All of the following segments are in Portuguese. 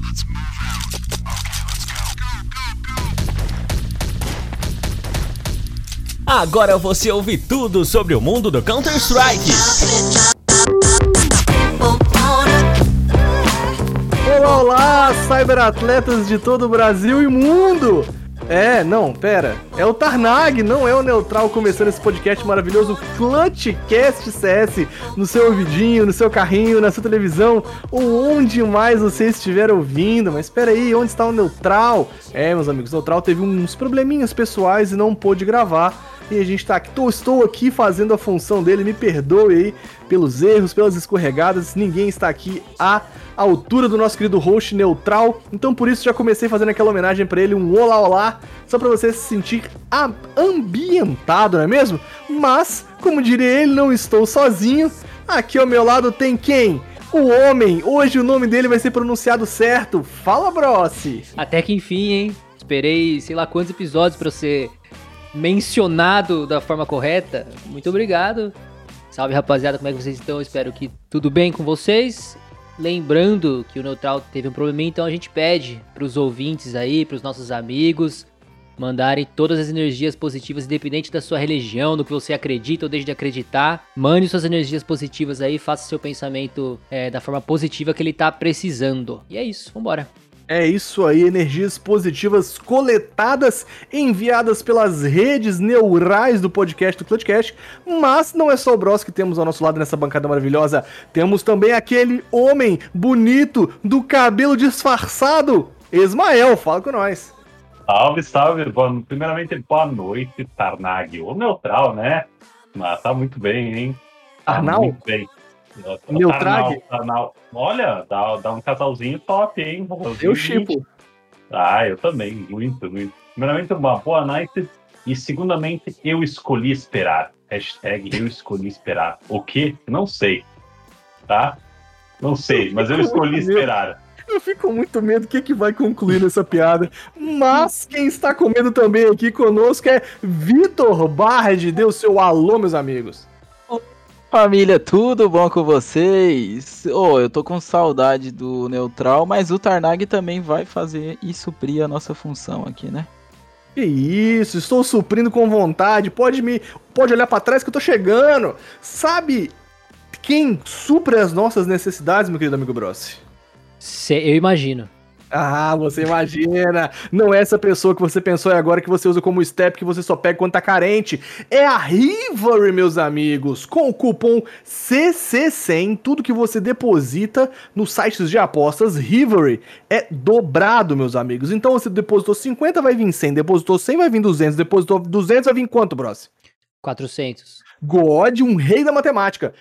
Agora você ouve tudo sobre o mundo do Counter-Strike. Olá, olá, cyberatletas de todo o Brasil e mundo! É o Tarnag, não é o Neutral, começando esse podcast maravilhoso, Clutchcast CS, no seu ouvidinho, no seu carrinho, na sua televisão, ou onde mais você estiver ouvindo. Mas espera aí, onde está o Neutral? Meus amigos, o Neutral teve uns probleminhas pessoais e não pôde gravar. E a gente tá aqui, estou aqui fazendo a função dele, me perdoe aí pelos erros, pelas escorregadas, ninguém está aqui à altura do nosso querido host Neutral, então por isso já comecei fazendo aquela homenagem pra ele, um olá olá, só pra você se sentir ambientado, não é mesmo? Mas, como diria ele, não estou sozinho, aqui ao meu lado tem quem? O homem, hoje o nome dele vai ser pronunciado certo, fala Brossi! Até que enfim, hein, esperei sei lá quantos episódios pra ser mencionado da forma correta. Muito obrigado. Salve rapaziada, como é que vocês estão? Espero que tudo bem com vocês. Lembrando que o Neutral teve um probleminha, então a gente pede pros ouvintes aí, pros nossos amigos, mandarem todas as energias positivas, independente da sua religião, do que você acredita ou deixe de acreditar. Mande suas energias positivas aí, faça seu pensamento da forma positiva que ele tá precisando. E é isso, vambora. É isso aí, energias positivas coletadas, enviadas pelas redes neurais do podcast do Clutchcast, mas não é só o Bros que temos ao nosso lado nessa bancada maravilhosa, temos também aquele homem bonito do cabelo disfarçado, Ismael, fala com nós. Salve, salve, primeiramente boa noite, Tarnag, ou Neutral, né? Mas tá muito bem, hein? Arnal? Muito bem. Neutrag? Tarnal. Olha, dá um casalzinho top, hein? Eu chipo. Eu também, muito. Primeiramente, uma boa night. E segundamente, eu escolhi esperar. Hashtag eu escolhi esperar. O quê? Não sei. Tá? Não sei, mas eu escolhi esperar. Eu fico com muito medo do que vai concluir nessa piada. Mas quem está com medo também aqui conosco é Vitor Bard. Dê o seu alô, meus amigos. Família, tudo bom com vocês? Eu tô com saudade do Neutral, mas o Tarnag também vai fazer e suprir a nossa função aqui, né? Que isso, estou suprindo com vontade, pode olhar pra trás que eu tô chegando. Sabe quem supre as nossas necessidades, meu querido amigo Brossi? Eu imagino. Ah, você imagina, não é essa pessoa que você pensou agora que você usa como step, que você só pega quando tá carente. É a Hivory, meus amigos, com o cupom CC100, tudo que você deposita nos sites de apostas Hivory é dobrado, meus amigos. Então você depositou 50, vai vir 100, depositou 100, vai vir 200, depositou 200, vai vir quanto, Brossi? 400. God, um rei da matemática.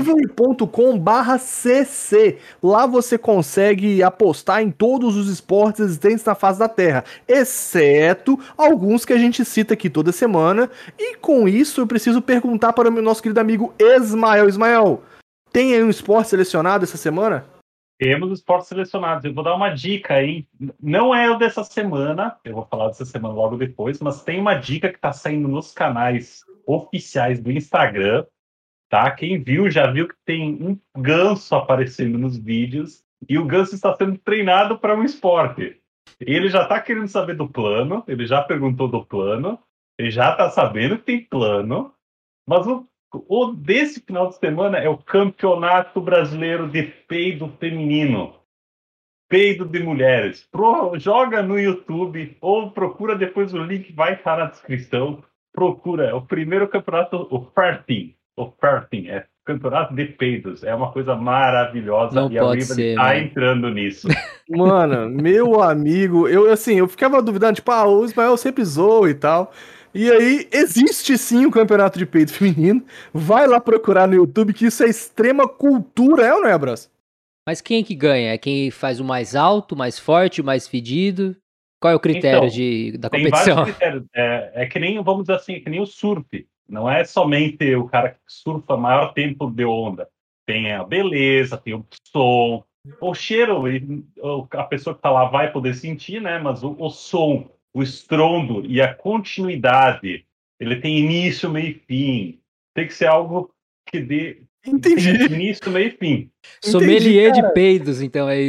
Rivalry.com/cc. Lá você consegue apostar em todos os esportes existentes na face da Terra, exceto alguns que a gente cita aqui toda semana. E com isso eu preciso perguntar para o meu nosso querido amigo Ismael. Ismael, tem aí um esporte selecionado essa semana? Temos esportes selecionados. Eu vou dar uma dica aí. Não é o dessa semana, eu vou falar dessa semana logo depois, mas tem uma dica que tá saindo nos canais oficiais do Instagram, tá? Quem viu, já viu que tem um ganso aparecendo nos vídeos e o ganso está sendo treinado para um esporte. Ele já tá querendo saber do plano, ele já perguntou do plano, ele já tá sabendo que tem plano, mas o desse final de semana é o Campeonato Brasileiro de Peido Feminino. Peido de mulheres. Joga no YouTube ou procura depois, o link vai estar na descrição. Procura, é o primeiro campeonato, o Farting, é campeonato de peidos, é uma coisa maravilhosa. Não e pode a ser, tá né? entrando nisso. Mano, meu amigo, eu ficava duvidando, tipo, o Ismael sempre zoa e tal. E aí, existe sim o campeonato de peito feminino. Vai lá procurar no YouTube, que isso é extrema cultura, é ou não é, Bros? Mas quem é que ganha? É quem faz o mais alto, o mais forte, o mais fedido? Qual é o critério da Tem competição? vários critérios. É que nem, vamos dizer assim, é que nem o surf. Não é somente o cara que surfa maior tempo de onda. Tem a beleza, tem o som, o cheiro, a pessoa que tá lá vai poder sentir, né? Mas o som, o estrondo e a continuidade, ele tem início, meio e fim. Tem que ser algo que dê Entendi. início, meio e fim. Sommelier Entendi, de peidos, então é isso.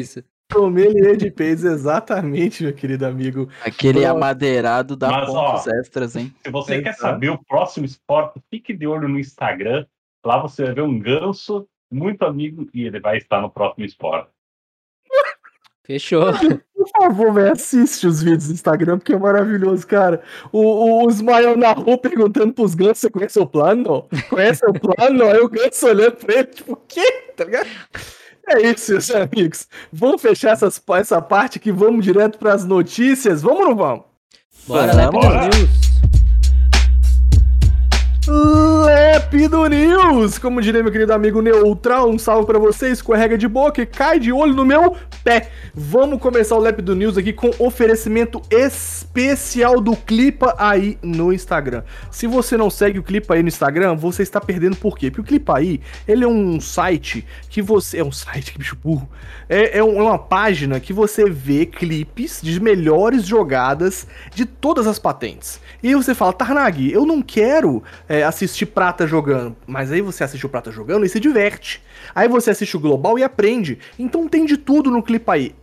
Sommelier de peidos, exatamente, meu querido amigo. Aquele Bom, amadeirado dá Mas, pontos ó, extras, hein? Se você quer Exato. saber o próximo esporte, fique de olho no Instagram. Lá você vai ver um ganso muito amigo e ele vai estar no próximo esporte. Fechou. Por favor, velho, assiste os vídeos do Instagram, porque é maravilhoso, cara. O Ismael na rua perguntando pros gansos, você conhece o plano? Conhece o plano? Aí o ganso olhando pra ele, tipo, o quê? Tá ligado? É isso, meus amigos. Vamos fechar essa parte aqui, vamos direto pras notícias. Vamos ou não vamos? Bora, Vamos. Lépidas News. Lépido News! Como diria meu querido amigo Neutral, um salve pra você, escorrega de boca e cai de olho no meu pé. Vamos começar o Lépido News aqui com oferecimento especial do Clipa aí no Instagram. Se você não segue o Clipa aí no Instagram, você está perdendo por quê? Porque o Clipa aí, ele é um site que você... É um site, que bicho burro. É uma página que você vê clipes de melhores jogadas de todas as patentes. E aí você fala, Tarnag, eu não quero assistir Prata jogando. Mas aí você assiste o Prata jogando e se diverte. Aí você assiste o Global e aprende. Então tem de tudo no Clipa aí.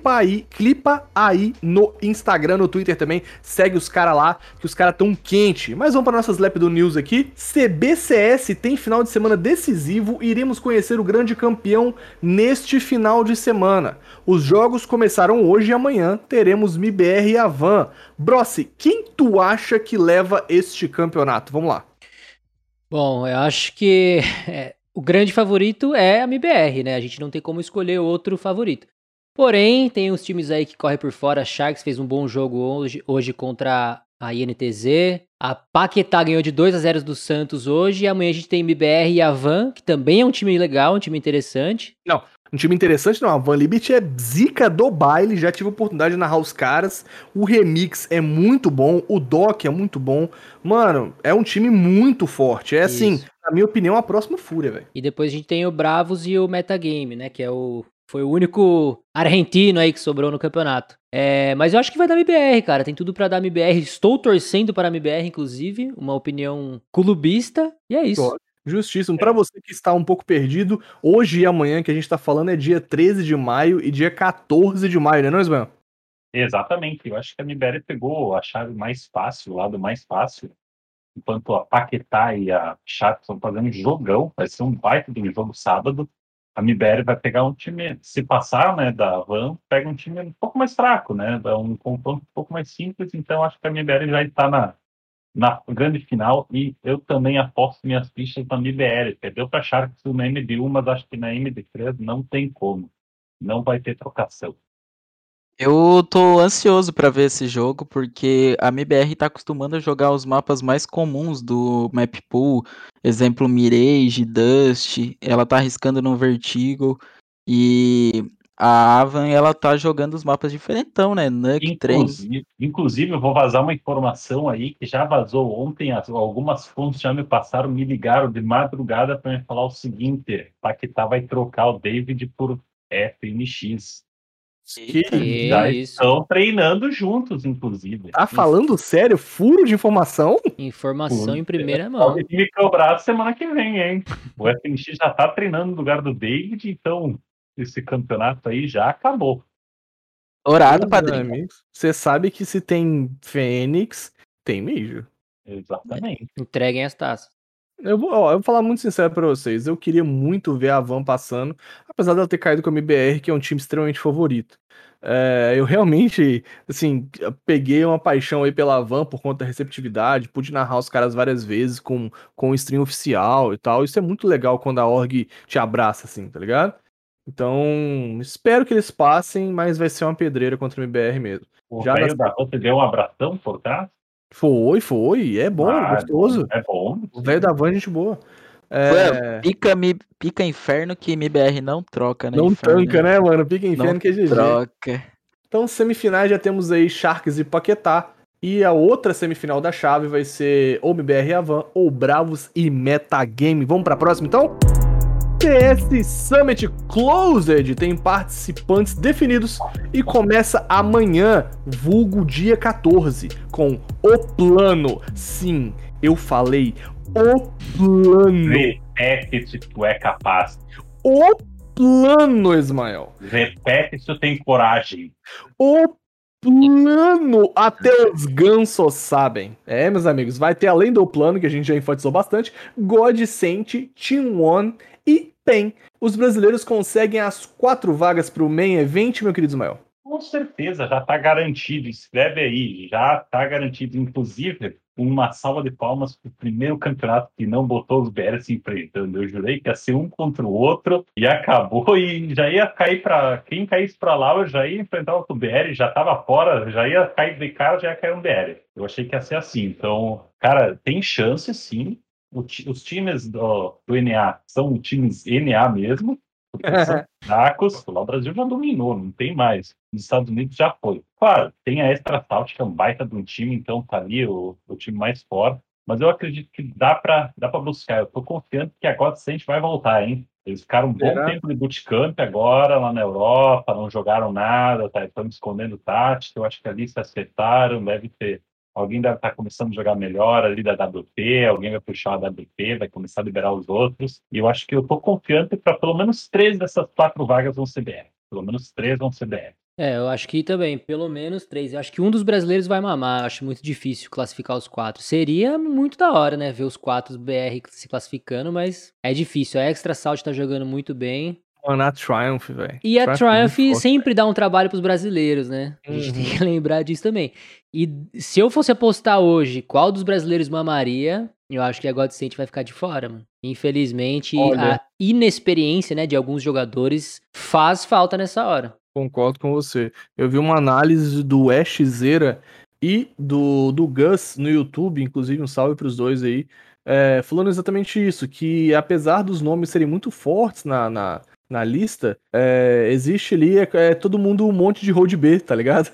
Clipa aí no Instagram, no Twitter também. Segue os caras lá, que os caras tão quente. Mas vamos para nossas Lépido News aqui. CBCS tem final de semana decisivo e iremos conhecer o grande campeão neste final de semana. Os jogos começaram hoje e amanhã teremos MIBR e Avan. Brossi, quem tu acha que leva este campeonato? Vamos lá. Bom, eu acho que o grande favorito é a MBR, né? A gente não tem como escolher outro favorito. Porém, tem os times aí que correm por fora. A Sharks fez um bom jogo hoje contra a INTZ. A Paquetá ganhou de 2-0 do Santos hoje. E amanhã a gente tem MBR e Avan, que também é um time legal, um time interessante. Não, um time interessante não. A Van Libit é zica do baile. Já tive a oportunidade de narrar os caras. O remix é muito bom. O doc é muito bom. Mano, é um time muito forte. É assim, Isso. na minha opinião, a próxima fúria, velho. E depois a gente tem o Bravos e o Metagame, né? Que foi o único argentino aí que sobrou no campeonato. Mas eu acho que vai dar MBR, cara. Tem tudo pra dar MBR. Estou torcendo para a MBR, inclusive. Uma opinião clubista. E é isso. Justíssimo. Pra você que está um pouco perdido, hoje e amanhã que a gente tá falando é dia 13 de maio e dia 14 de maio, né, não, Ismael? Exatamente. Eu acho que a MBR pegou a chave mais fácil, o lado mais fácil. Enquanto a Paquetá e a Sharks estão fazendo jogão. Vai ser um baita de um jogo sábado. A MIBR vai pegar um time, se passar, né, da Van, pega um time um pouco mais fraco, né, dá um confronto um pouco mais simples, então acho que a MIBR já está na grande final e eu também aposto minhas fichas na MIBR. Perdeu para Sharks na MD1, mas acho que na MD3 não tem como, não vai ter trocação. Eu tô ansioso pra ver esse jogo, porque a MBR tá acostumando a jogar os mapas mais comuns do map pool, exemplo Mirage, Dust, ela tá arriscando no Vertigo, e a Avan, ela tá jogando os mapas diferentão, né, Nuke, Trem. Inclusive, eu vou vazar uma informação aí que já vazou ontem, algumas fontes já me passaram, me ligaram de madrugada para me falar o seguinte, Paquetá vai trocar o David por FNX. Que Já isso. estão treinando juntos, inclusive. Tá falando sério? Furo de informação? Informação em primeira mão. Pode me cobrar semana que vem, hein? O FNX já tá treinando no lugar do David, então esse campeonato aí já acabou. Dourado, Meus padrinho. amigos, você sabe que se tem Fênix, tem Major. Exatamente. Entreguem as taças. Eu vou falar muito sincero pra vocês. Eu queria muito ver a Van passando, apesar dela ter caído com a MBR, que é um time extremamente favorito. Eu realmente, assim, peguei uma paixão aí pela Van por conta da receptividade, pude narrar os caras várias vezes com o stream oficial e tal. Isso é muito legal quando a org te abraça, assim, tá ligado? Então, espero que eles passem, mas vai ser uma pedreira contra o MBR mesmo. O Já velho nas- da Van deu um abração por trás. Foi. É bom, gostoso. É bom. O velho da Van é gente boa. Mano, pica inferno que MBR não troca, né? Não inferno, tanca, né, mano? Pica inferno Não que é GG. troca. Então, semifinais já temos aí Sharks e Paquetá. E a outra semifinal da chave vai ser ou MBR e Avan, ou Bravos e Metagame. Vamos pra próxima, então? CS Summit Closed tem participantes definidos e começa amanhã, vulgo dia 14, com o plano. Sim, eu falei o plano. Repete se tu é capaz. O plano, Ismael. Repete se tu tem coragem. O plano, até os gansos sabem. Meus amigos, vai ter além do plano, que a gente já enfatizou bastante, Godsent, Team One e PEN. Os brasileiros conseguem as 4 vagas pro Main Event, meu querido Ismael? Com certeza, já está garantido. Escreve aí, já está garantido. Inclusive, uma salva de palmas para o primeiro campeonato que não botou os BR se enfrentando. Eu jurei que ia ser um contra o outro e acabou e já ia cair para... Quem caísse para lá, eu já ia enfrentar outro BR, já estava fora, já ia cair de cara, já ia cair um BR. Eu achei que ia ser assim. Então, cara, tem chance sim. Os times do NA são times NA mesmo. São fracos. Lá o Brasil já dominou, não tem mais. Nos Estados Unidos já foi. Claro, tem a Extra Salt, que é um baita de um time, então tá ali o time mais forte. Mas eu acredito que dá pra buscar. Eu tô confiante que a Godsent vai voltar, hein? Eles ficaram um bom tempo de bootcamp agora lá na Europa, não jogaram nada, estão escondendo tática. Eu acho que ali se acertaram, deve ter. Alguém deve estar começando a jogar melhor ali da WP, alguém vai puxar a WP, vai começar a liberar os outros. E eu acho que eu estou confiante para pelo menos 3 dessas 4 vagas vão ser BR. Pelo menos 3 vão ser BR. Eu acho que também, pelo menos 3. Eu acho que um dos brasileiros vai mamar. Eu acho muito difícil classificar os 4. Seria muito da hora, né? Ver os 4 BR se classificando, mas é difícil. A Extra Salt tá jogando muito bem. Mano, a Triumph, velho. E a Triumph sempre dá um trabalho pros brasileiros, né? A gente tem que lembrar disso também. E se eu fosse apostar hoje qual dos brasileiros mamaria, eu acho que a Godsent vai ficar de fora, mano. Infelizmente, a inexperiência, né, de alguns jogadores faz falta nessa hora. Concordo com você. Eu vi uma análise do Ashzera e do Gus no YouTube, inclusive um salve pros dois aí, falando exatamente isso, que apesar dos nomes serem muito fortes na lista, existe ali, todo mundo um monte de road B, tá ligado?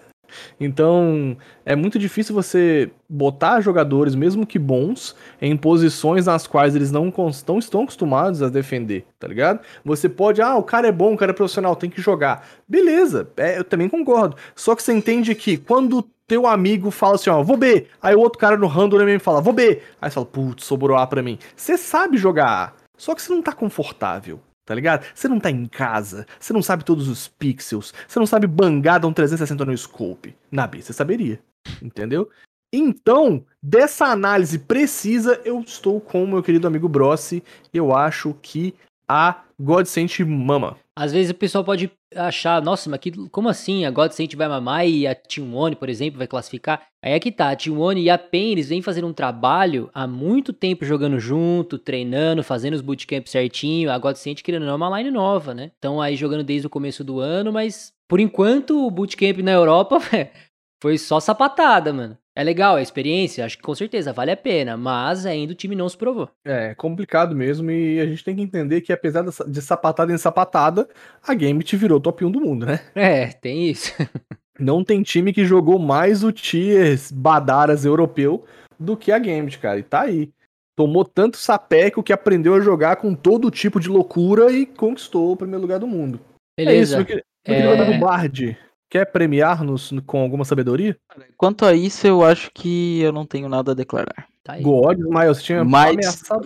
Então, é muito difícil você botar jogadores, mesmo que bons, em posições nas quais eles não estão acostumados a defender, tá ligado? Você pode, o cara é bom, o cara é profissional, tem que jogar. Beleza, eu também concordo. Só que você entende que quando teu amigo fala assim, vou B, aí o outro cara no random também fala, vou B, aí você fala, putz, sobrou A pra mim. Você sabe jogar A, só que você não tá confortável. Tá ligado? Você não tá em casa, você não sabe todos os pixels, você não sabe bangar um 360 no scope. Na B, você saberia, entendeu? Então, dessa análise precisa, eu estou com o meu querido amigo Brossi. Eu acho que a Godsent mama. Às vezes o pessoal pode achar, nossa, mas como assim? A Godsent vai mamar e a Team One, por exemplo, vai classificar? Aí é que tá, a Team One e a PEN, eles vêm fazendo um trabalho há muito tempo jogando junto, treinando, fazendo os bootcamps certinho. A Godsent, querendo ou não, é uma line nova, né? Então aí jogando desde o começo do ano, mas por enquanto o bootcamp na Europa foi só sapatada, mano. É legal a experiência, acho que com certeza vale a pena, mas ainda o time não se provou. É complicado mesmo e a gente tem que entender que apesar de sapatada em sapatada, a Gambit virou top 1 do mundo, né? Tem isso. Não tem time que jogou mais o tier Badaras europeu do que a Gambit, cara, e tá aí. Tomou tanto sapeco que aprendeu a jogar com todo tipo de loucura e conquistou o primeiro lugar do mundo. Beleza. É isso, meu querido amigo Bard. Quer premiar-nos com alguma sabedoria? Quanto a isso, eu acho que eu não tenho nada a declarar. Tá aí. God, Miles, você tinha ameaçado.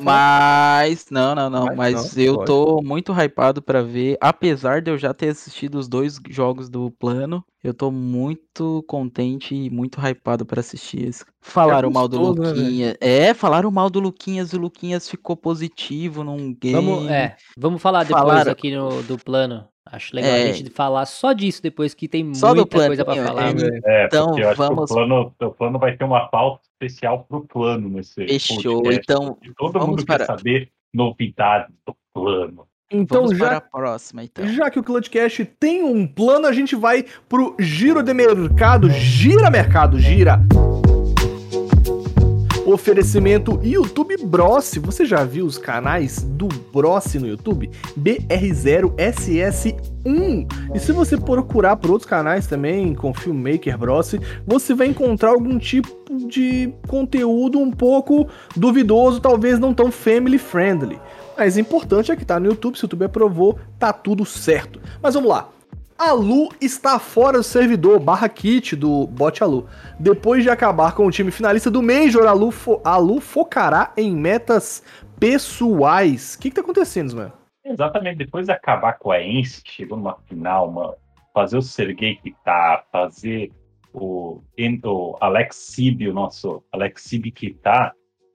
Mas eu tô muito hypado pra ver, apesar de eu já ter assistido os 2 jogos do plano, eu tô muito contente e muito hypado pra assistir isso. Falaram mal do Luquinhas. Falaram mal do Luquinhas e o Luquinhas ficou positivo num game. Vamos falar depois aqui do plano. Acho legal a gente falar só disso depois, que tem muita coisa pra falar. Então porque eu acho que o plano vai ter uma pauta especial pro plano nesse Fechou, podcast, então todo mundo quer saber novidades do plano. Então vamos para a próxima, então. Já que o Clutchcast tem um plano, a gente vai pro Giro de Mercado. Gira, mercado, gira! Oferecimento YouTube Brossi. Você já viu os canais do Brossi no YouTube? BR0SS1. E se você procurar por outros canais também, com Filmmaker Brossi, você vai encontrar algum tipo de conteúdo um pouco duvidoso, talvez não tão family friendly. Mas o importante é que tá no YouTube, se o YouTube aprovou, tá tudo certo. Mas vamos lá. A Lu está fora do servidor /kit do bot Alu. Depois de acabar com o time finalista do Major, a Lu focará em metas pessoais. O que tá acontecendo, mano? Exatamente, depois de acabar com a Ence, que chegou numa final, fazer o Sergei Kitar, fazer o Alex Sib, o nosso Alex Sib Kitar,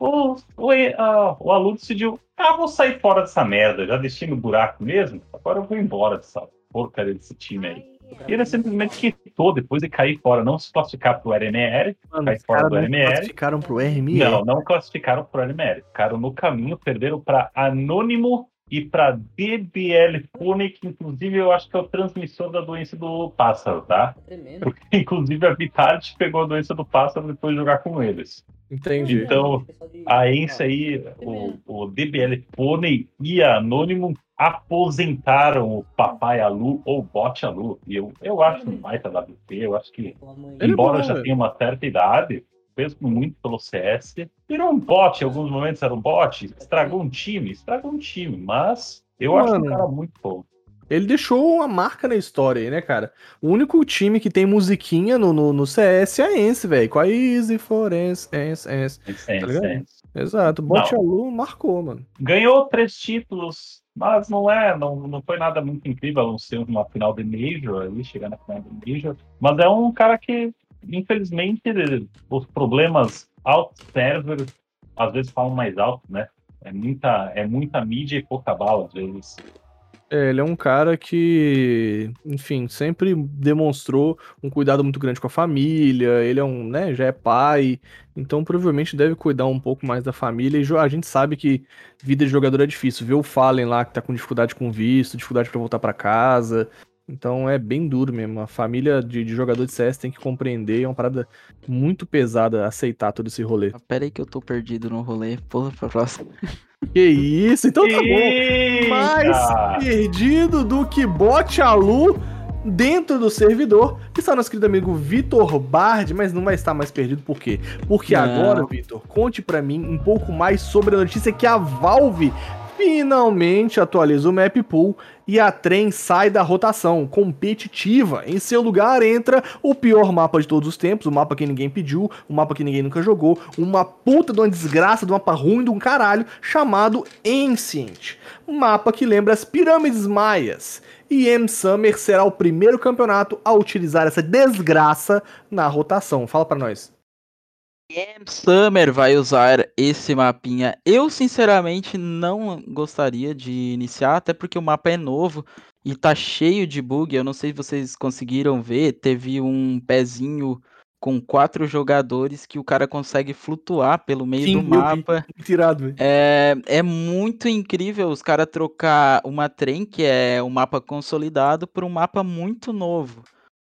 o Alu decidiu, vou sair fora dessa merda, já deixei no buraco mesmo, agora eu vou embora dessa porcaria desse time aí. E ele simplesmente quitou depois de cair fora, não se classificar pro RMR, Mano, cair os fora caras do não RMR. classificaram pro RMR. Não classificaram pro RMR. Ficaram no caminho, perderam para Anônimo e para DBL Pune, que inclusive eu acho que é o transmissor da doença do pássaro, tá? Porque inclusive a Vitality pegou a doença do pássaro depois de jogar com eles. Entendi. Então, a Ence aí, o DBL Pônei e a Anônimo aposentaram o Papai Alu ou Bot Alu. E eu acho um baita WP, eu acho que, Ele é embora bom, já velho. tenha uma certa idade, fez muito pelo CS, virou um bot, em alguns momentos era um bot, estragou um time, mas eu acho um Mano, cara muito bom. ele deixou uma marca na história aí, né, cara? O único time que tem musiquinha no CS é a Ence, velho. Com a Easy for Ence. Tá ligado? Exato. Bot Não. Alu marcou, mano. Ganhou 3 títulos, mas não foi nada muito incrível, a não ser uma final de Major, ali, chegar na final de Major. Mas é um cara que, infelizmente, os problemas out-server às vezes falam mais alto, né? É muita mídia e pouca bala, às vezes. Ele é um cara que, enfim, sempre demonstrou um cuidado muito grande com a família. Ele é né, já é pai, então provavelmente deve cuidar um pouco mais da família. E a gente sabe que vida de jogador é difícil. Vê o Fallen lá que tá com dificuldade com visto, dificuldade pra voltar pra casa. Então é bem duro mesmo. A família de jogador de CS tem que compreender. É uma parada muito pesada aceitar todo esse rolê. Pera aí que eu tô perdido no rolê. Pula pra próxima. Que isso, então tá bom. Eita! Mais perdido do que Bot Alu dentro do servidor. Está nosso querido amigo Vitor Bard, mas não vai estar mais perdido, por quê? Porque Não. agora, Vitor, conte pra mim um pouco mais sobre a notícia que a Valve finalmente atualiza o map pool e a Trem sai da rotação competitiva. Em seu lugar entra o pior mapa de todos os tempos, o mapa que ninguém pediu, o mapa que ninguém nunca jogou, uma puta de uma desgraça, de um mapa ruim de um caralho, chamado Ancient. Um mapa que lembra as pirâmides maias. E M-Summer será o primeiro campeonato a utilizar essa desgraça na rotação. Fala pra nós. Summer vai usar esse mapinha. Eu, sinceramente, não gostaria de iniciar, até porque o mapa é novo e tá cheio de bug. Eu não sei se vocês conseguiram ver, teve um pezinho com 4 jogadores que o cara consegue flutuar pelo meio do mapa. Tirado, velho. É muito incrível os caras trocar uma trem, que é um mapa consolidado, por um mapa muito novo.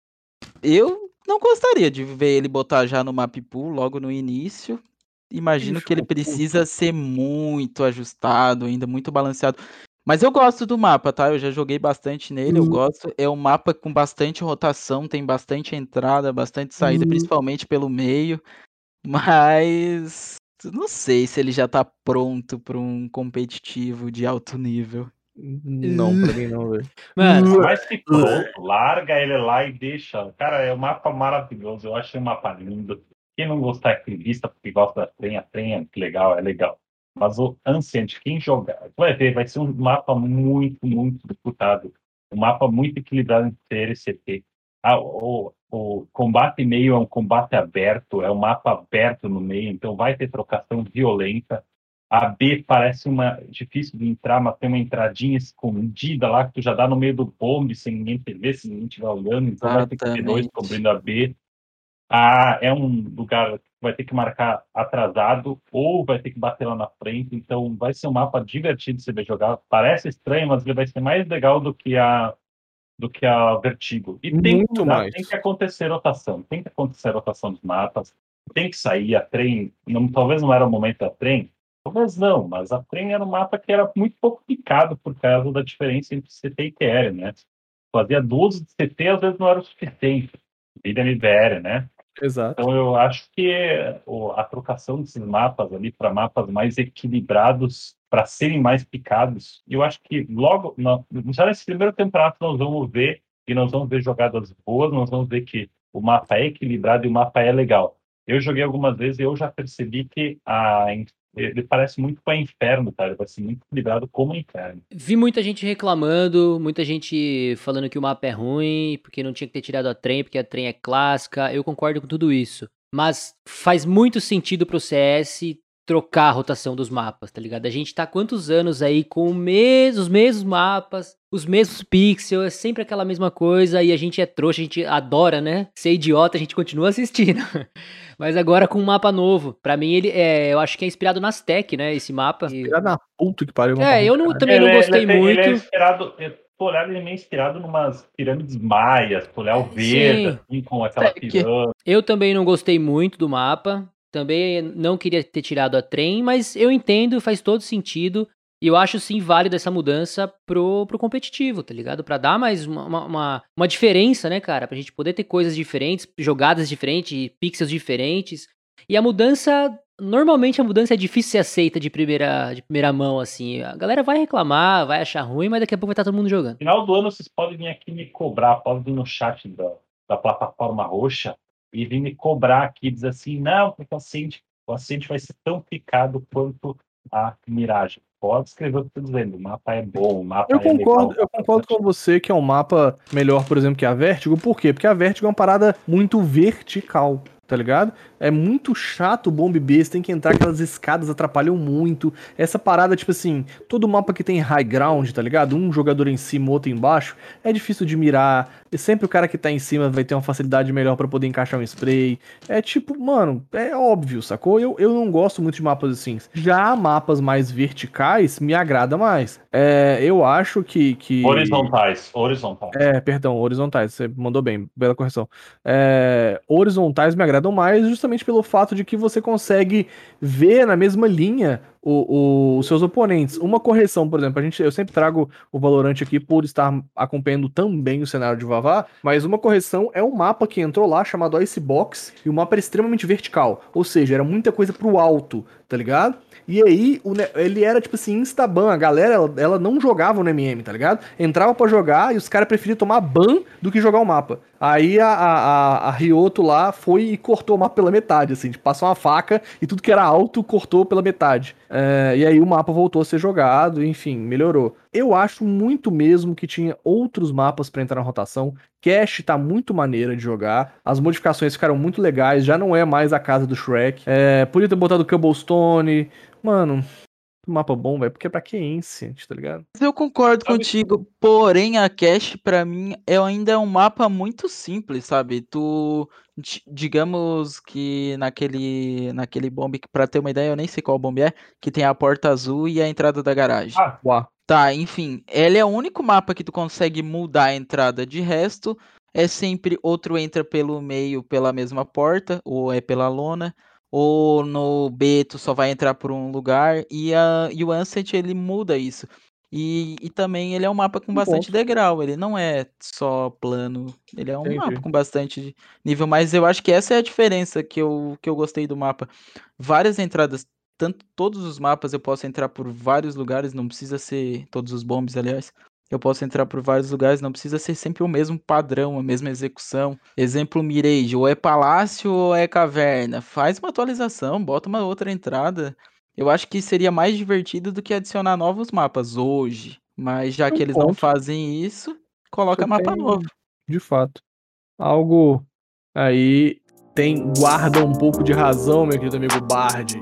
Eu não gostaria de ver ele botar já no map pool logo no início. Imagino que ele precisa ser muito ajustado, ainda muito balanceado. Mas eu gosto do mapa, tá? Eu já joguei bastante nele, eu gosto. É um mapa com bastante rotação, tem bastante entrada, bastante saída, principalmente pelo meio. Mas não sei se ele já tá pronto para um competitivo de alto nível. Não, pra mim não, velho. Mano, Mas que pronto, larga ele lá e deixa. Cara, é um mapa maravilhoso. Eu achei um mapa lindo. Quem não gostar é ativista, porque gosta da Trem, a Trem é legal, é legal. Mas o Ancient, quem jogar, vai ver, vai ser um mapa muito, muito disputado. Um mapa muito equilibrado entre CR e CT. O combate meio é um combate aberto, é um mapa aberto no meio, então vai ter trocação violenta. A B parece difícil de entrar, mas tem uma entradinha escondida lá que tu já dá no meio do bombe sem ninguém te ver, se ninguém estiver olhando, então vai ter que ter dois cobrindo a B. A é um lugar que vai ter que marcar atrasado ou vai ter que bater lá na frente, então vai ser um mapa divertido de você ver jogar. Parece estranho, mas ele vai ser mais legal do que a Vertigo. E Muito mais. Tem que acontecer rotação dos mapas, tem que sair a Trem, talvez não era o momento da Trem, talvez não, mas a Trem era um mapa que era muito pouco picado por causa da diferença entre CT e TR, né? Fazia 12 de CT, às vezes não era o suficiente, vida MBR, né? Exato. Então eu acho que a trocação desses mapas ali para mapas mais equilibrados, para serem mais picados, eu acho que logo, já nesse primeiro campeonato nós vamos ver, e nós vamos ver jogadas boas, nós vamos ver que o mapa é equilibrado e o mapa é legal. Eu joguei algumas vezes e eu já percebi que Ele parece muito com a Inferno, cara. Ele vai ser muito equilibrado como a Inferno. Vi muita gente reclamando, muita gente falando que o mapa é ruim, porque não tinha que ter tirado a trem, porque a trem é clássica. Eu concordo com tudo isso. Mas faz muito sentido pro CS trocar a rotação dos mapas, tá ligado? A gente tá há quantos anos aí com os mesmos mapas, os mesmos pixels, é sempre aquela mesma coisa, e a gente é trouxa, a gente adora, né? Ser idiota, a gente continua assistindo. Mas agora com um mapa novo. Pra mim, eu acho que é inspirado nas Tech, né? Esse mapa. Filha da puta que pariu. Também não gostei muito. Ele é inspirado. Tu olhar, ele é meio inspirado numas pirâmides maias, tu olhar o verde, assim, com aquela pirâmide. Eu também não gostei muito do mapa. Também não queria ter tirado a trem, mas eu entendo, faz todo sentido. E eu acho sim válido essa mudança pro competitivo, tá ligado? Pra dar mais uma diferença, né, cara? Pra gente poder ter coisas diferentes, jogadas diferentes, pixels diferentes. E a mudança, normalmente a mudança é difícil ser aceita de primeira mão, assim. A galera vai reclamar, vai achar ruim, mas daqui a pouco vai estar todo mundo jogando. No final do ano vocês podem vir aqui me cobrar, podem vir no chat da plataforma roxa e vir me cobrar aqui, dizer assim, não, porque o Ascent vai ser tão picado quanto a Mirage. Pode escrever o que eu tô dizendo, o mapa é bom, o mapa Eu concordo com você que é um mapa melhor, por exemplo, que a Vertigo. Por quê? Porque a Vertigo é uma parada muito vertical, tá ligado? É muito chato o Bomb B, você tem que entrar, aquelas escadas atrapalham muito. Essa parada, tipo assim, todo mapa que tem high ground, tá ligado? Um jogador em cima, outro embaixo, é difícil de mirar. E sempre o cara que tá em cima vai ter uma facilidade melhor pra poder encaixar um spray. É tipo, mano, é óbvio, sacou? Eu não gosto muito de mapas assim. Já mapas mais verticais me agrada mais. Eu acho que... Horizontais. Perdão, horizontais, você mandou bem, bela correção. Horizontais me agradam mais justamente pelo fato de que você consegue ver na mesma linha os seus oponentes. Uma correção, por exemplo, eu sempre trago o Valorant aqui por estar acompanhando também o cenário de Vavá, mas uma correção é um mapa que entrou lá chamado Icebox, e o mapa era extremamente vertical, ou seja, era muita coisa pro alto, tá ligado? E aí, ele era tipo assim, instaban, a galera, ela não jogava no MM, tá ligado? Entrava pra jogar e os caras preferiam tomar ban do que jogar o mapa. Aí a Rioto lá foi e cortou o mapa pela metade, assim, passou uma faca e tudo que era alto cortou pela metade. E aí o mapa voltou a ser jogado, enfim, melhorou. Eu acho muito mesmo que tinha outros mapas pra entrar na rotação. Cash tá muito maneira de jogar, as modificações ficaram muito legais, já não é mais a casa do Shrek. Podia ter botado Cobblestone, mano... Mapa bom, velho, porque é pra que Ancient, tá ligado? Eu concordo contigo, porém a Cache pra mim ainda é um mapa muito simples, sabe? Digamos que naquele bombe, pra ter uma ideia, eu nem sei qual bombe é, que tem a porta azul e a entrada da garagem. Uau. Tá, enfim, ele é o único mapa que tu consegue mudar a entrada, de resto é sempre outro entra pelo meio pela mesma porta, ou é pela lona, ou no B tu só vai entrar por um lugar, e o Ancient ele muda isso. E também ele é um mapa com bastante degrau, ele não é só plano, ele é um mapa com bastante nível, mas eu acho que essa é a diferença que eu gostei do mapa. Várias entradas, todos os mapas eu posso entrar por vários lugares, não precisa ser todos os bombes, aliás. Eu posso entrar por vários lugares, não precisa ser sempre o mesmo padrão, a mesma execução. Exemplo, Mirage, ou é palácio ou é caverna. Faz uma atualização, bota uma outra entrada. Eu acho que seria mais divertido do que adicionar novos mapas hoje. Mas já que eles não fazem isso, coloca mapa novo. De fato. Algo aí guarda um pouco de razão, meu querido amigo Bard.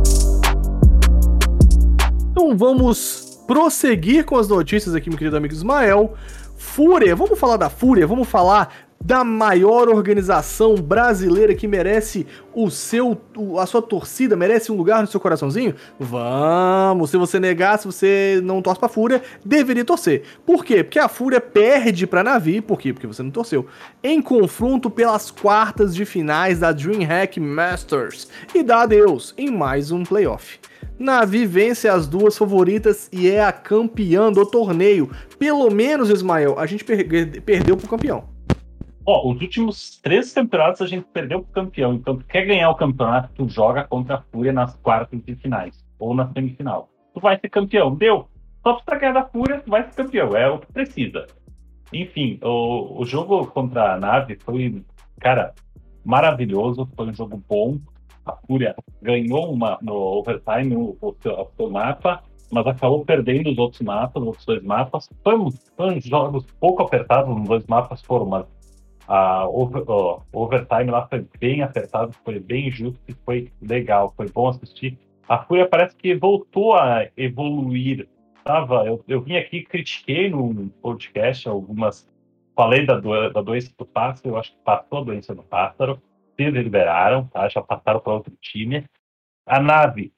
Então vamos prosseguir com as notícias aqui, meu querido amigo Ismael. Fúria, vamos falar da Fúria, vamos falar da maior organização brasileira que merece a sua torcida, merece um lugar no seu coraçãozinho? Vamos! Se você negar, se você não torce pra Fúria, deveria torcer. Por quê? Porque a Fúria perde pra Navi, por quê? Porque você não torceu. Em confronto pelas quartas de finais da DreamHack Masters e dá adeus em mais um playoff. Navi vence as duas favoritas e é a campeã do torneio. Pelo menos, Ismael, a gente perdeu pro campeão. Os últimos 3 campeonatos a gente perdeu pro campeão. Então, tu quer ganhar o campeonato, tu joga contra a Fúria nas quartas de finais. Ou na semifinal. Tu vai ser campeão. Deu. Só pra ganhar da Fúria, tu vai ser campeão. É o que precisa. Enfim, o jogo contra a Navi foi, cara, maravilhoso. Foi um jogo bom. A Fúria ganhou no overtime o seu mapa, mas acabou perdendo os outros mapas, os outros 2 mapas. Foi jogos pouco apertados, os 2 mapas foram, mas o overtime lá foi bem apertado, foi bem justo e foi legal, foi bom assistir. A Fúria parece que voltou a evoluir. Eu vim aqui, critiquei no podcast falei da doença do pássaro, eu acho que passou a doença do pássaro, se liberaram, tá? Já passaram para outro time. A nave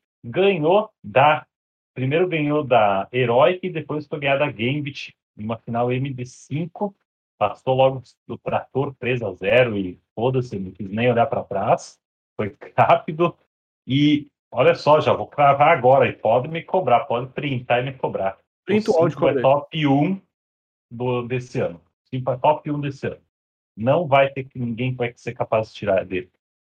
primeiro ganhou da Heroic e depois foi ganhar da Gambit em uma final MD5, passou logo do trator 3-0 e foda-se, não quis nem olhar para trás, foi rápido. E olha só, já vou cravar agora, e pode me cobrar, pode printar e me cobrar. Printa o áudio, é top 1 desse ano. É top 1 desse ano. Não vai ter ninguém que vai ser capaz de tirar dele.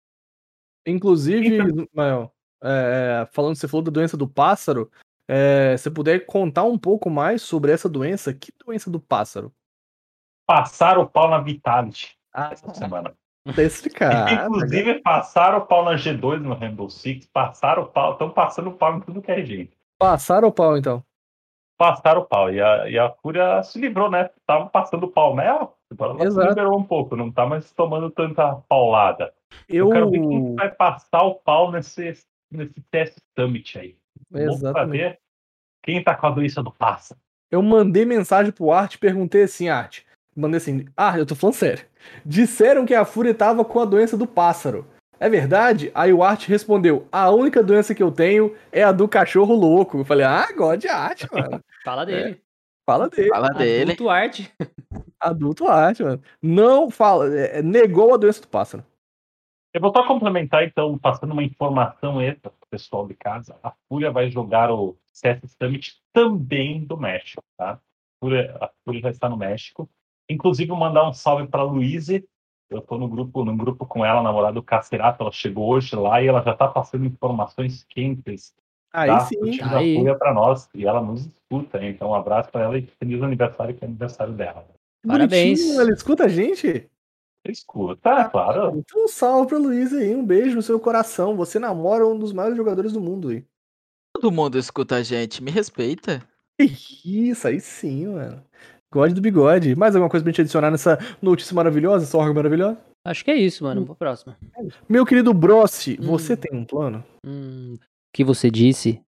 Inclusive, Ismael, falando que você falou da doença do pássaro, se puder contar um pouco mais sobre essa doença, que doença do pássaro? Passaram o pau na Vitality essa semana. Tá explicado. Inclusive, passaram o pau na G2 no Rainbow Six, passaram o pau, estão passando o pau em tudo que é gente. Passaram o pau, então? Passaram o pau, e a Fúria se livrou, né? Tava passando o pau nela, agora ela se liberou um pouco, não tá mais tomando tanta paulada. Eu quero ver quem vai passar o pau nesse teste Summit aí. Pra ver quem tá com a doença do pássaro. Eu mandei mensagem pro Art e perguntei assim, Art. Mandei assim, eu tô falando sério. Disseram que a Fúria tava com a doença do pássaro. É verdade? Aí o Art respondeu, a única doença que eu tenho é a do cachorro louco. Eu falei, God Art, mano. Fala dele. Fala dele. Fala dele. Adulto Art. Adulto Art, mano. Não fala, negou a doença do pássaro. Eu vou só complementar, então, passando uma informação extra pro pessoal de casa. A Fúria vai jogar o CS Summit também do México, tá? A Fúria já está no México. Inclusive, vou mandar um salve para a Luíse. Eu estou num grupo com ela, namorada do Cacerato. Ela chegou hoje lá e ela já está passando informações quentes. Aí sim. Do time da Fúria para nós. E ela nos escuta, hein? Então, um abraço para ela e feliz aniversário, que é aniversário dela. Parabéns. Bonitinho, ela escuta a gente? Escuta, claro. Então, um salve pra Luísa aí. Um beijo no seu coração. Você namora um dos maiores jogadores do mundo aí. Todo mundo escuta a gente, me respeita. Isso, aí sim, mano. God do bigode. Mais alguma coisa pra gente adicionar nessa notícia maravilhosa, essa orga maravilhosa? Acho que é isso, mano. Vamos pra próxima. Meu querido Brossi, você tem um plano? O que você disse?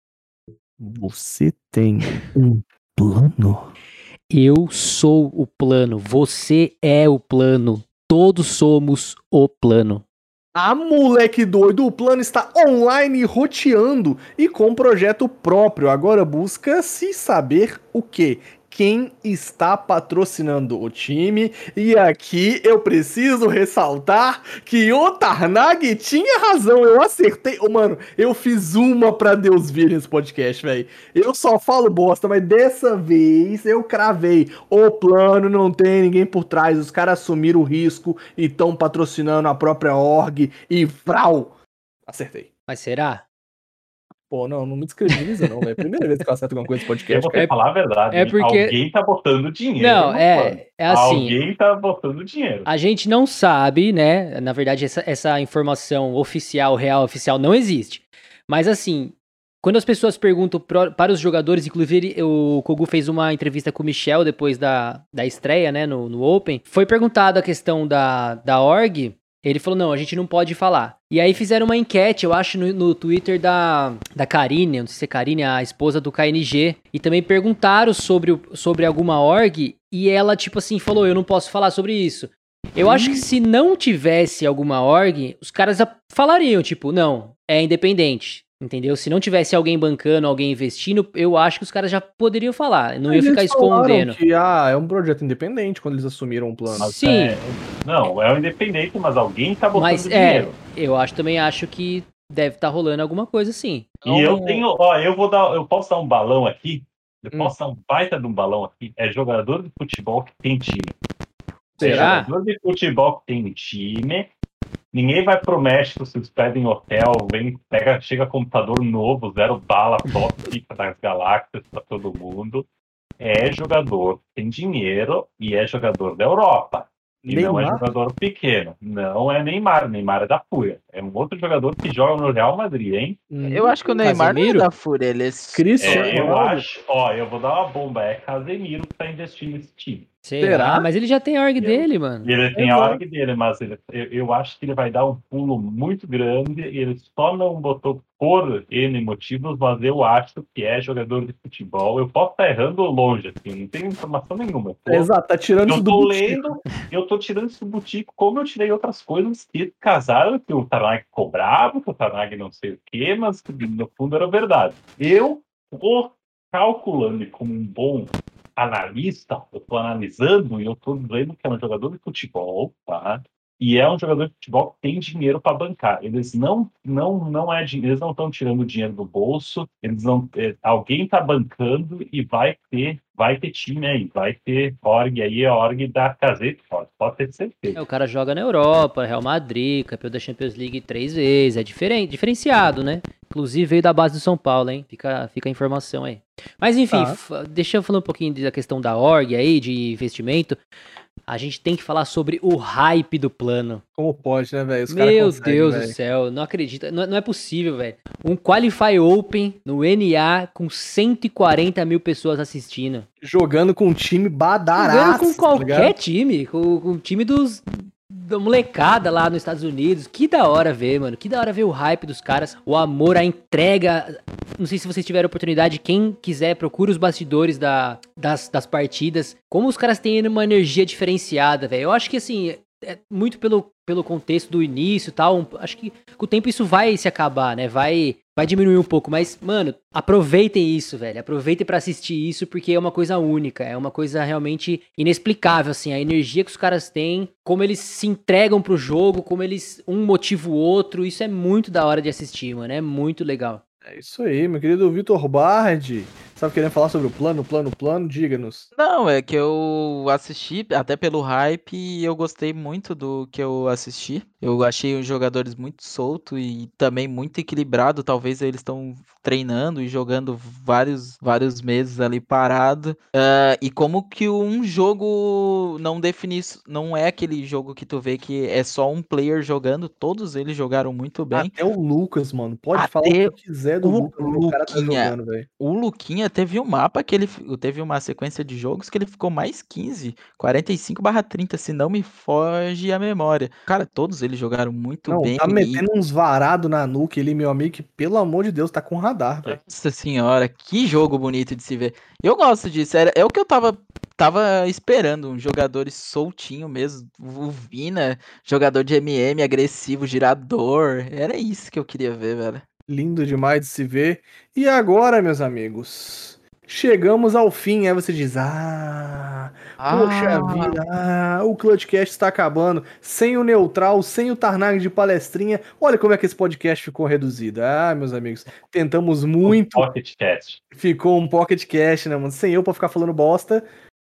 Você tem um plano? Eu sou o plano. Você é o plano. Todos somos o plano. Moleque doido, o plano está online roteando e com projeto próprio. Agora busca-se saber o quê? Quem está patrocinando o time. E aqui eu preciso ressaltar que o Tarnag tinha razão. Eu acertei. Mano, eu fiz uma pra Deus vir nesse podcast, velho. Eu só falo bosta, mas dessa vez eu cravei. O plano não tem ninguém por trás. Os caras assumiram o risco e estão patrocinando a própria org. E vrau! Acertei. Mas será? Pô, não me descredibiliza não, velho. Primeira vez que eu acerto alguma coisa nesse podcast. Eu vou ter que falar a verdade. É porque... Alguém tá botando dinheiro. Não, é assim... Alguém tá botando dinheiro. A gente não sabe, né? Na verdade, essa informação oficial, real, oficial, não existe. Mas assim, quando as pessoas perguntam para os jogadores, inclusive o Kogu fez uma entrevista com o Michel depois da estreia, né, no Open, foi perguntado a questão da org... Ele falou, não, a gente não pode falar. E aí fizeram uma enquete, eu acho, no Twitter da Karine, não sei se é Karine, a esposa do KNG, e também perguntaram sobre alguma org, e ela, tipo assim, falou, eu não posso falar sobre isso. Eu acho que se não tivesse alguma org, os caras falariam, tipo, não, é independente. Entendeu? Se não tivesse alguém bancando, alguém investindo, eu acho que os caras já poderiam falar. Não ia ficar escondendo. Que, é um projeto independente quando eles assumiram o plano. Mas sim. Não, é um independente, mas alguém tá botando dinheiro. Eu também acho que deve estar rolando alguma coisa assim. E eu tenho, eu posso dar um balão aqui? Eu posso dar um baita de um balão aqui? É jogador de futebol que tem time. Será? Jogador de futebol que tem time. Ninguém vai pro México, se pedem hotel, chega computador novo, 0 bala, top, fica das galáxias pra todo mundo. É jogador, tem dinheiro e é jogador da Europa. E não é Neymar? jogador pequeno. Não é Neymar. Neymar é da Fúria. É um outro jogador que joga no Real Madrid, hein? Eu acho que o Neymar não é Casemiro? da Fúria, ele é Cristiano Eu Ronaldo? acho. Ó, eu vou dar uma bomba. É Casemiro que tá investindo nesse time. Será? Mas ele já tem a org dele, mano. Ele tem a Exato. org dele, mas eu acho que ele vai dar um pulo muito grande. Ele só não botou por N motivos, mas eu acho que é jogador de futebol. Eu posso estar errando longe, assim, não tenho informação nenhuma. Exato, tá tirando isso Eu do tô Butico. lendo, eu tô tirando isso do Butico, como eu tirei outras coisas que casaram, que o Tarnag ficou bravo, que o Tarnag não sei o quê, mas que no fundo era verdade. Eu tô calculando como um bom analista, eu tô analisando e eu tô vendo que é um jogador de futebol, tá? E é um jogador de futebol que tem dinheiro para bancar. Eles eles não estão tirando dinheiro do bolso, eles não, alguém está bancando e vai ter time aí, vai ter org aí, a org da Caseta, pode ter certeza. O cara joga na Europa, Real Madrid, campeão da Champions League 3 vezes, é diferente, diferenciado, né? Inclusive veio da base do São Paulo, hein? Fica a informação aí. Mas enfim, deixa eu falar um pouquinho da questão da org aí, de investimento. A gente tem que falar sobre o hype do plano. Como pode, né, velho? Os caras Meu conseguem, Deus do velho. céu, não acredito, não é possível, velho. Um Qualify Open no NA com 140 mil pessoas assistindo. Jogando com um time badaraço. Jogando com tá qualquer ligado? time, com o time da molecada lá nos Estados Unidos. Que da hora ver, mano. Que da hora ver o hype dos caras, o amor, a entrega. Não sei se vocês tiveram oportunidade, quem quiser, procure os bastidores das partidas. Como os caras têm uma energia diferenciada, velho. Eu acho que, assim, é muito pelo contexto do início e tal. Acho que com o tempo isso vai se acabar, né? Vai diminuir um pouco, mas, mano, aproveitem isso, velho. Aproveitem pra assistir isso, porque é uma coisa única. É uma coisa realmente inexplicável, assim. A energia que os caras têm, como eles se entregam pro jogo, como eles um motiva o outro. Isso é muito da hora de assistir, mano. É muito legal. É isso aí, meu querido Vitor Bard. Sabe querendo falar sobre o plano? Diga-nos. Não, é que eu assisti até pelo hype e eu gostei muito do que eu assisti. Eu achei os jogadores muito soltos e também muito equilibrado. Talvez eles estão treinando e jogando vários meses ali parado. E como que um jogo não define isso, não é aquele jogo que tu vê que é só um player jogando. Todos eles jogaram muito bem. Até o Lucas, mano. Pode falar o que quiser do Lucas, o cara tá jogando, velho. O Luquinha teve um mapa que ele teve uma sequência de jogos que ele ficou mais 15, 45/30, se não me foge a memória. Cara, todos eles jogaram muito Não, bem. tá metendo uns varados na nuke ali, meu amigo, que pelo amor de Deus, tá com radar, velho. Nossa senhora, que jogo bonito de se ver. Eu gosto disso, é o que eu tava esperando, um jogador soltinho mesmo, o Vina, jogador de MM, agressivo, girador, era isso que eu queria ver, velho. Lindo demais de se ver. E agora, meus amigos, chegamos ao fim. Aí você diz, poxa vida, o Clutchcast está acabando. Sem o Neutral, sem o Tarnag de palestrinha. Olha como é que esse podcast ficou reduzido. Meus amigos, tentamos muito. Pocketcast. Ficou um PocketCast, né, mano? Sem eu pra ficar falando bosta.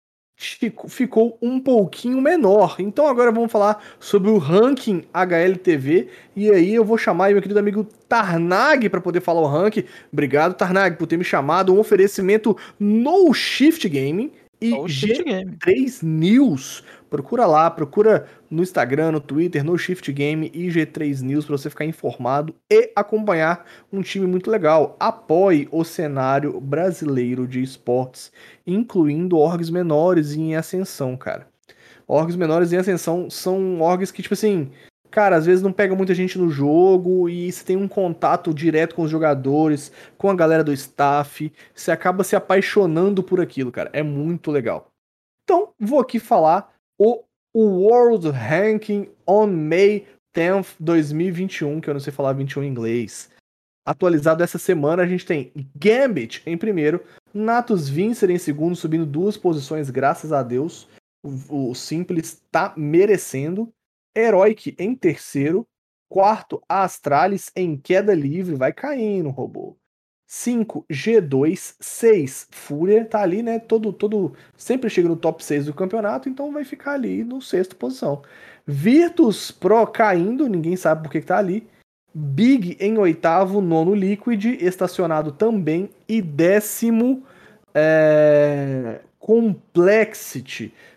Ficou um pouquinho menor. Então agora vamos falar sobre o ranking HLTV. E aí eu vou chamar meu querido amigo Tarnag para poder falar o ranking. Obrigado, Tarnag, por ter me chamado. Um oferecimento No Shift Gaming e G3 News. Procura no Instagram, no Twitter, no Shift Game e G3 News para você ficar informado e acompanhar um time muito legal. Apoie o cenário brasileiro de esportes, incluindo orgs menores e em ascensão, cara. Orgs menores em ascensão são orgs que, tipo assim, cara, às vezes não pega muita gente no jogo e você tem um contato direto com os jogadores, com a galera do staff, você acaba se apaixonando por aquilo, cara. É muito legal. Então, vou aqui falar o World Ranking on May 10th, 2021, que eu não sei falar 21 em inglês. Atualizado essa semana, a gente tem Gambit em primeiro, Natus Vincer em segundo, subindo 2 posições, graças a Deus. O Simples tá merecendo. Heroic em terceiro. Quarto, Astralis em queda livre, vai caindo, robô. 5, G2, 6, Fúria, tá ali, né, sempre chega no top 6 do campeonato, então vai ficar ali no 6ª posição. Virtus Pro caindo, ninguém sabe por que tá ali. Big em 8º, 9º Liquid, estacionado também, e 10º Complexity,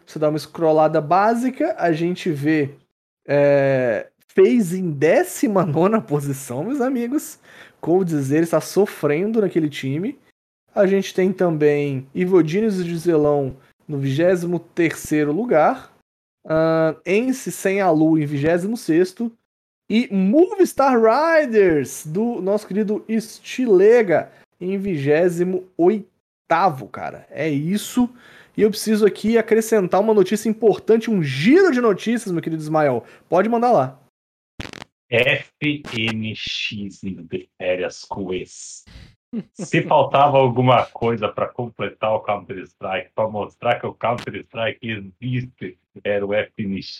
Você dá uma scrollada básica, a gente vê FaZe em 19ª posição, meus amigos. Coldzera está sofrendo naquele time. A gente tem também Evil Genius de Zelão no 23º lugar. Ence sem a Lu em 26º. E Movistar Riders, do nosso querido Stilega, em 28º, cara. É isso. E eu preciso aqui acrescentar uma notícia importante, um giro de notícias, meu querido Ismael. Pode mandar lá. FNX de férias com esse. Se faltava alguma coisa para completar o Counter-Strike, para mostrar que o Counter-Strike existe, era o FNX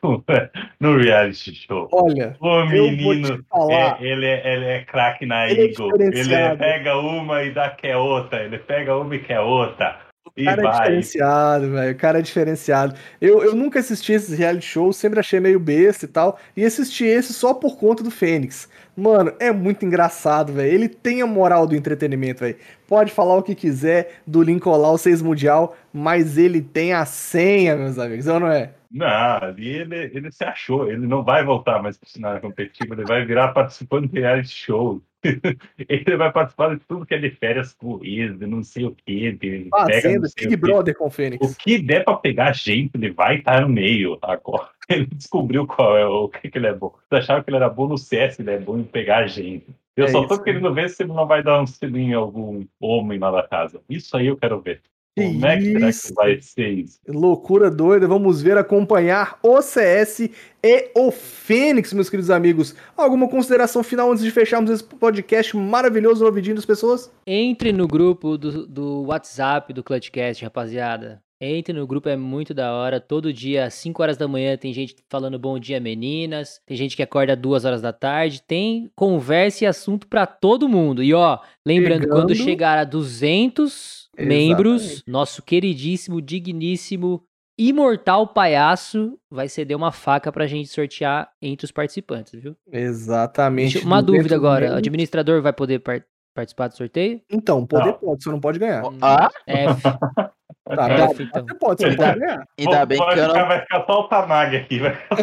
no reality show. Olha, o menino, eu vou te falar, ele é craque na ele Eagle. diferenciado. Ele pega uma e dá quer outra. Ele pega uma e quer outra. O cara é diferenciado, velho. O cara é diferenciado. Eu nunca assisti esses reality shows, sempre achei meio besta e tal. E assisti esse só por conta do Fênix. Mano, é muito engraçado, velho. Ele tem a moral do entretenimento, velho. Pode falar o que quiser do Lincoln Law 6 Mundial, mas ele tem a senha, meus amigos, ou não é? Não, ali ele se achou. Ele não vai voltar mais pro cenário competitivo. Ele vai virar participante de reality show. Ele vai participar de tudo que é de férias com ex, de não sei o que. Fazenda, Big Brother com o Fênix. O que der pra pegar gente, ele vai estar no meio agora. Ele descobriu o que ele é bom. Você achava que ele era bom no CS, ele é bom em pegar gente. Eu só tô querendo ver se ele não vai dar um selinho em algum homem lá da casa. Isso aí eu quero ver. Como é que será que vai ser isso? Loucura doida, vamos ver, acompanhar o CS e o Fênix, meus queridos amigos. Alguma consideração final antes de fecharmos esse podcast maravilhoso no ouvidinho das pessoas? Entre no grupo do WhatsApp do Clutchcast, rapaziada. Entre no grupo, é muito da hora. Todo dia, às 5 horas da manhã, tem gente falando bom dia, meninas. Tem gente que acorda 2 horas da tarde. Tem conversa e assunto pra todo mundo. E ó, lembrando, quando chegar a 200 membros, nosso queridíssimo, digníssimo, imortal palhaço vai ceder uma faca pra gente sortear entre os participantes, viu? Exatamente. Uma dúvida agora, o administrador vai poder participar do sorteio? Então, pode, você não pode ganhar. F. Tá, então. você pode ganhar. Ainda bem que eu não... Vai ficar só o Tanag aqui.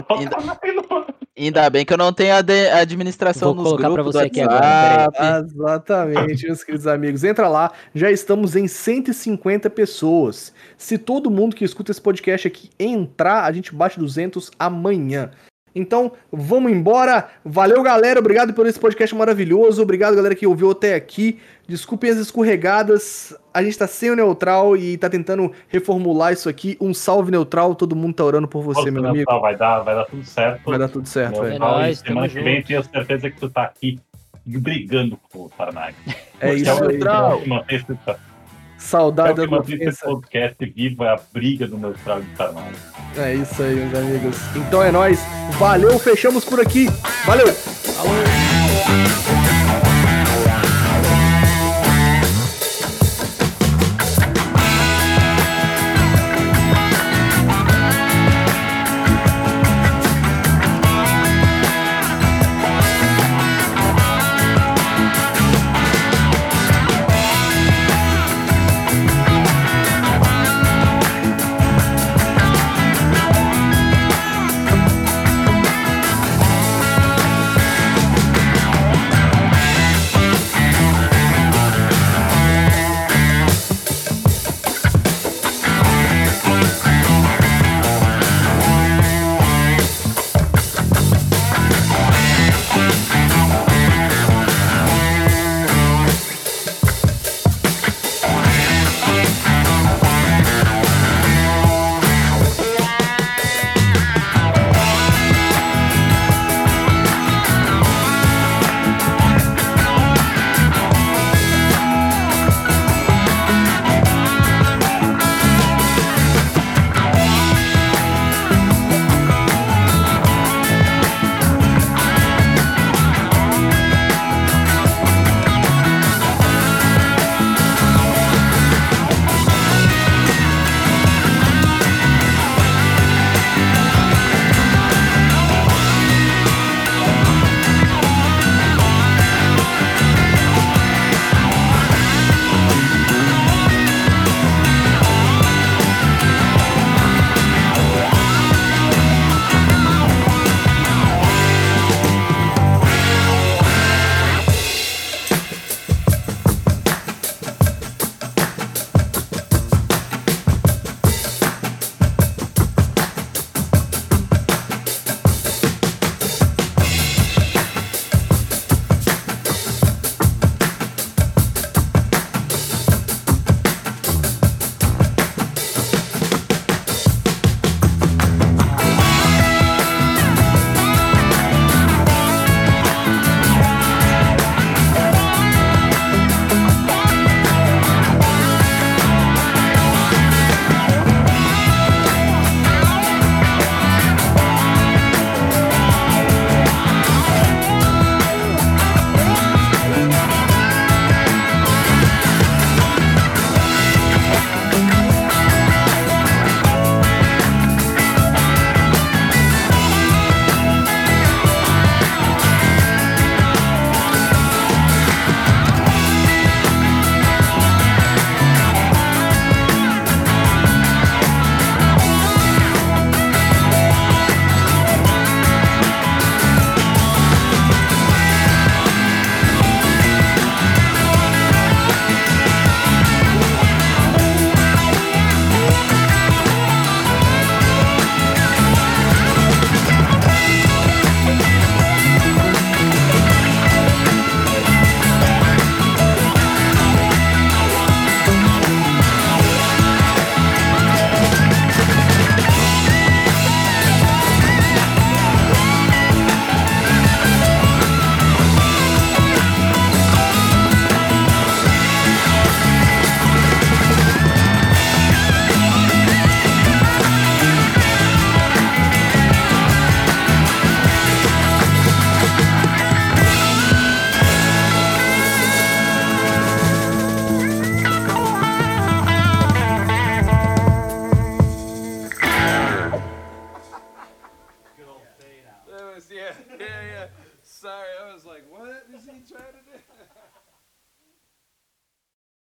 Ainda bem que eu não tenho a administração nos grupos pra você do aqui WhatsApp. agora, Exatamente, meus queridos amigos. Entra lá, já estamos em 150 pessoas. Se todo mundo que escuta esse podcast aqui entrar, a gente bate 200 amanhã. Então, vamos embora. Valeu, galera. Obrigado por esse podcast maravilhoso. Obrigado, galera, que ouviu até aqui. Desculpem as escorregadas. A gente tá sem o Neutral e tá tentando reformular isso aqui. Um salve, Neutral. Todo mundo tá orando por você, meu amigo. Vai dar tudo certo. Vai dar tudo certo, velho. É nóis, semana que vem, tenho certeza que tu tá aqui brigando com o Tarnag. É isso aí. Saudade da esse podcast viva a briga do Neutral de Tarnag. É isso aí, meus amigos. Então é nóis. Valeu, fechamos por aqui. Valeu. yeah. Sorry, I was like, what is he trying to